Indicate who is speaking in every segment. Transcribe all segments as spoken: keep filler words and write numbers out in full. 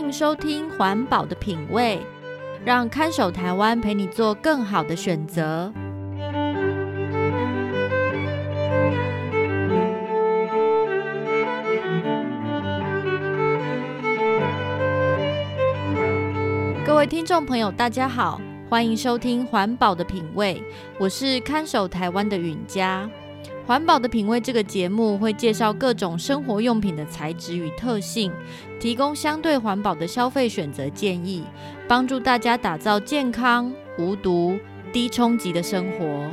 Speaker 1: 迎收听环保的品味，让看守台湾陪你做更好的选择。各位听众朋友大家好，欢迎收听环保的品味，我是看守台湾的允嘉。环保的品味这个节目会介绍各种生活用品的材质与特性，提供相对环保的消费选择建议，帮助大家打造健康、无毒、低冲击的生活。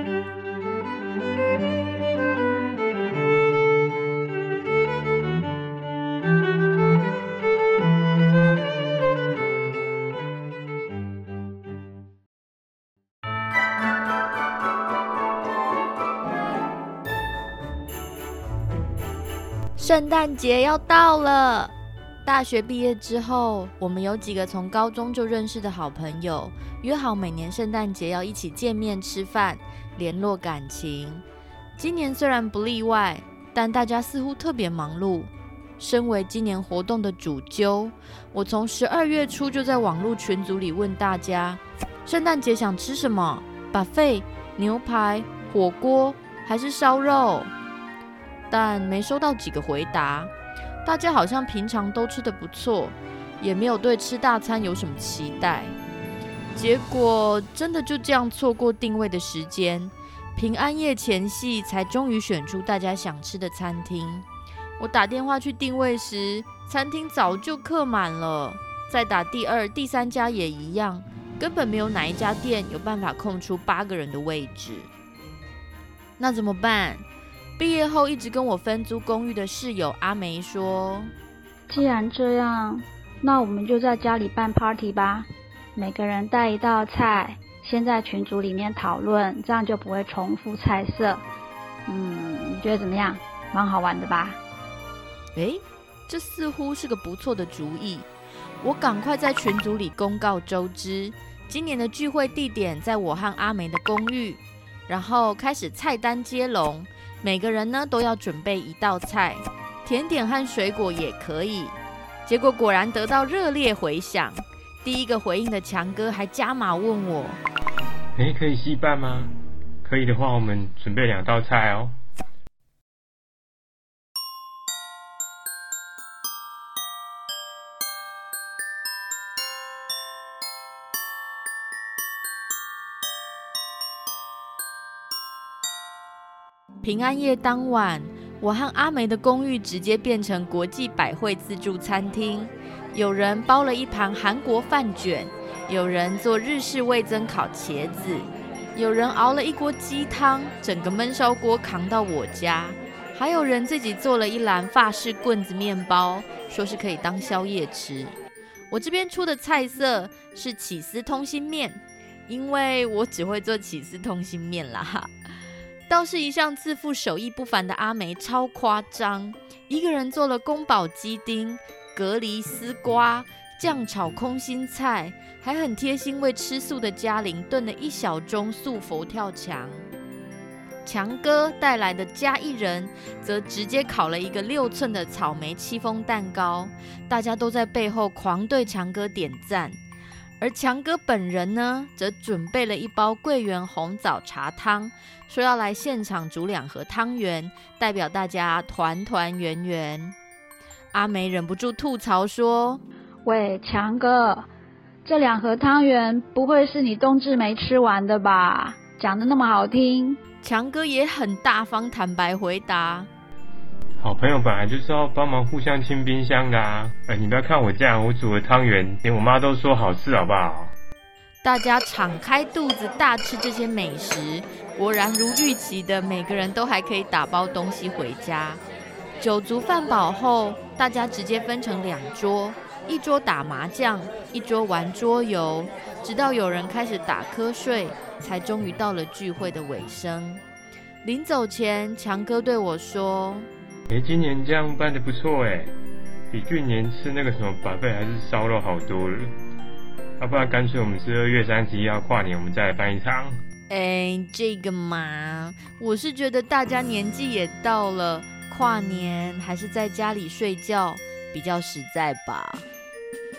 Speaker 1: 圣诞节要到了，大学毕业之后，我们有几个从高中就认识的好朋友，约好每年圣诞节要一起见面吃饭，联络感情。今年虽然不例外，但大家似乎特别忙碌。身为今年活动的主揪，我从十二月初就在网络群组里问大家，圣诞节想吃什么？ buffet、牛排、火锅还是烧肉？但没收到几个回答，大家好像平常都吃得不错，也没有对吃大餐有什么期待。结果真的就这样错过定位的时间，平安夜前夕才终于选出大家想吃的餐厅。我打电话去定位时，餐厅早就客满了，再打第二、第三家也一样，根本没有哪一家店有办法空出八个人的位置。那怎么办？毕业后一直跟我分租公寓的室友阿梅说，
Speaker 2: 既然这样，那我们就在家里办 party 吧，每个人带一道菜，先在群组里面讨论，这样就不会重复菜色。嗯，你觉得怎么样？蛮好玩的吧？
Speaker 1: 诶，这似乎是个不错的主意。我赶快在群组里公告周知，今年的聚会地点在我和阿梅的公寓，然后开始菜单接龙。每个人呢都要准备一道菜，甜点和水果也可以。结果果然得到热烈回响，第一个回应的强哥还加码问我：
Speaker 3: 诶，可以稀饭吗？可以的话，我们准备两道菜哦。
Speaker 1: 平安夜当晚，我和阿梅的公寓直接变成国际百汇自助餐厅。有人包了一盘韩国饭卷，有人做日式味噌烤茄子，有人熬了一锅鸡汤，整个焖烧锅扛到我家，还有人自己做了一篮法式棍子面包，说是可以当宵夜吃。我这边出的菜色是起司通心面，因为我只会做起司通心面啦。倒是一向自负手艺不凡的阿梅超夸张，一个人做了宫保鸡丁、蛤蜊丝瓜、酱炒空心菜，还很贴心为吃素的嘉玲炖了一小盅素佛跳墙。强哥带来的嘉义人则直接烤了一个六寸的草莓戚风蛋糕，大家都在背后狂对强哥点赞。而强哥本人呢，则准备了一包桂圆红枣茶汤，说要来现场煮两盒汤圆，代表大家团团圆圆。阿梅忍不住吐槽说：
Speaker 2: 喂，强哥，这两盒汤圆不会是你冬至没吃完的吧？讲得那么好听。
Speaker 1: 强哥也很大方坦白回答：
Speaker 3: 好朋友本来就是要帮忙互相清冰箱的啊！哎，你不要看我这样，我煮的汤圆连我妈都说好吃，好不好？
Speaker 1: 大家敞开肚子大吃这些美食，果然如预期的，每个人都还可以打包东西回家。酒足饭饱后，大家直接分成两桌，一桌打麻将，一桌玩桌游，直到有人开始打瞌睡，才终于到了聚会的尾声。临走前，强哥对我说：
Speaker 3: 哎，今年这样办得不错哎，比去年吃那个什么buffet还是烧肉好多了。要不然干脆我们十二月三十一号跨年，我们再来办一场。
Speaker 1: 哎，这个嘛，我是觉得大家年纪也到了，跨年还是在家里睡觉比较实在吧。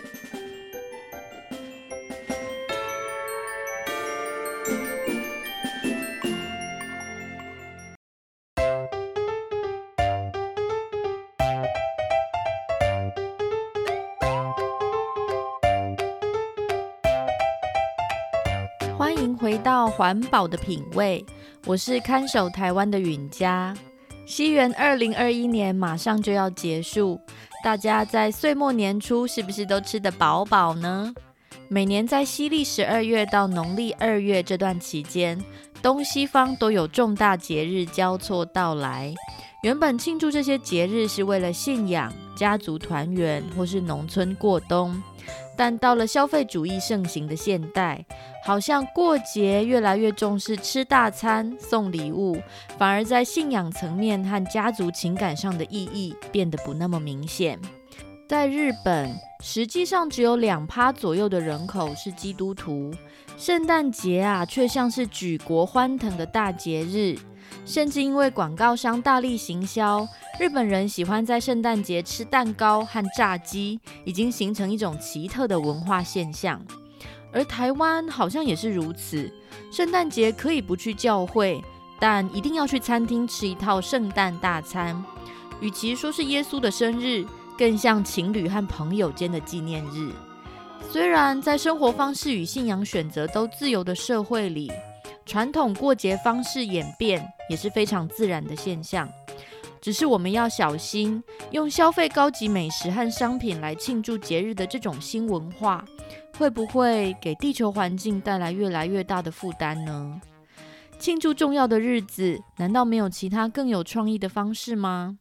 Speaker 1: 迎回到环保的品味，我是看守台湾的允嘉。西元二零二一年马上就要结束，大家在岁末年初是不是都吃得饱饱呢？每年在西历十二月到农历二月这段期间，东西方都有重大节日交错到来。原本庆祝这些节日是为了信仰、家族团圆或是农村过冬，但到了消费主义盛行的现代，好像过节越来越重视吃大餐、送礼物，反而在信仰层面和家族情感上的意义变得不那么明显。在日本，实际上只有 百分之二 左右的人口是基督徒，圣诞节啊，却像是举国欢腾的大节日。甚至因为广告商大力行销，日本人喜欢在圣诞节吃蛋糕和炸鸡，已经形成一种奇特的文化现象。而台湾好像也是如此，圣诞节可以不去教会，但一定要去餐厅吃一套圣诞大餐。与其说是耶稣的生日，更像情侣和朋友间的纪念日。虽然在生活方式与信仰选择都自由的社会里，传统过节方式演变也是非常自然的现象，只是我们要小心，用消费高级美食和商品来庆祝节日的这种新文化，会不会给地球环境带来越来越大的负担呢？庆祝重要的日子，难道没有其他更有创意的方式吗？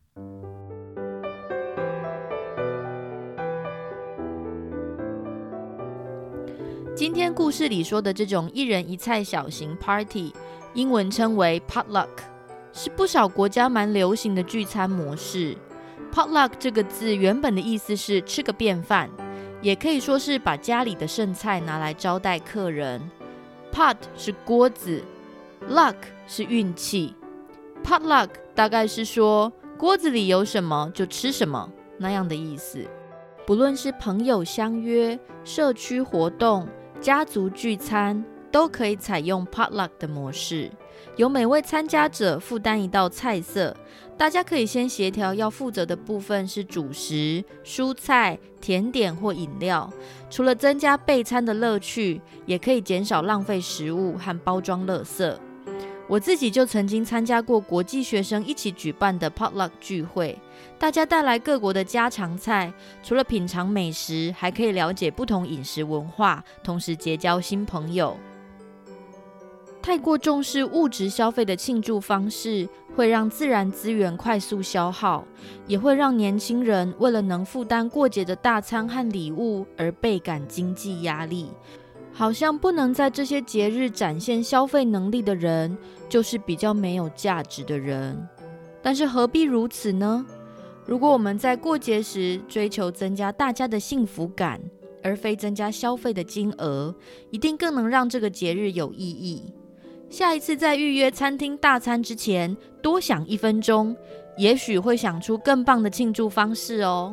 Speaker 1: 今天故事里说的这种一人一菜小型 party， 英文称为 potluck， 是不少国家蛮流行的聚餐模式。potluck 这个字原本的意思是吃个便饭，也可以说是把家里的剩菜拿来招待客人。pot 是锅子， luck 是运气。potluck 大概是说锅子里有什么就吃什么那样的意思。不论是朋友相约、社区活动、家族聚餐，都可以采用 potluck 的模式，由每位参加者负担一道菜色，大家可以先协调要负责的部分是主食、蔬菜、甜点或饮料。除了增加备餐的乐趣，也可以减少浪费食物和包装垃圾。我自己就曾经参加过国际学生一起举办的 potluck 聚会，大家带来各国的家常菜，除了品尝美食，还可以了解不同饮食文化，同时结交新朋友。太过重视物质消费的庆祝方式，会让自然资源快速消耗，也会让年轻人为了能负担过节的大餐和礼物而倍感经济压力。好像不能在这些节日展现消费能力的人，就是比较没有价值的人。但是何必如此呢？如果我们在过节时追求增加大家的幸福感，而非增加消费的金额，一定更能让这个节日有意义。下一次在预约餐厅大餐之前，多想一分钟，也许会想出更棒的庆祝方式哦。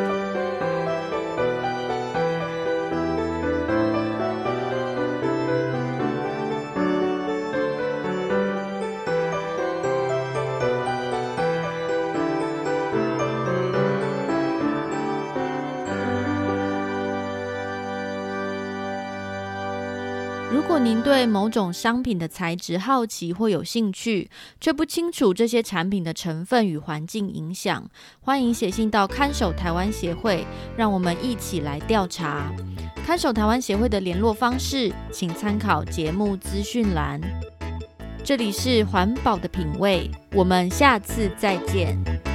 Speaker 1: 如果您对某种商品的材质好奇或有兴趣，却不清楚这些产品的成分与环境影响，欢迎写信到看守台湾协会，让我们一起来调查。看守台湾协会的联络方式，请参考节目资讯栏。这里是环保的品味，我们下次再见。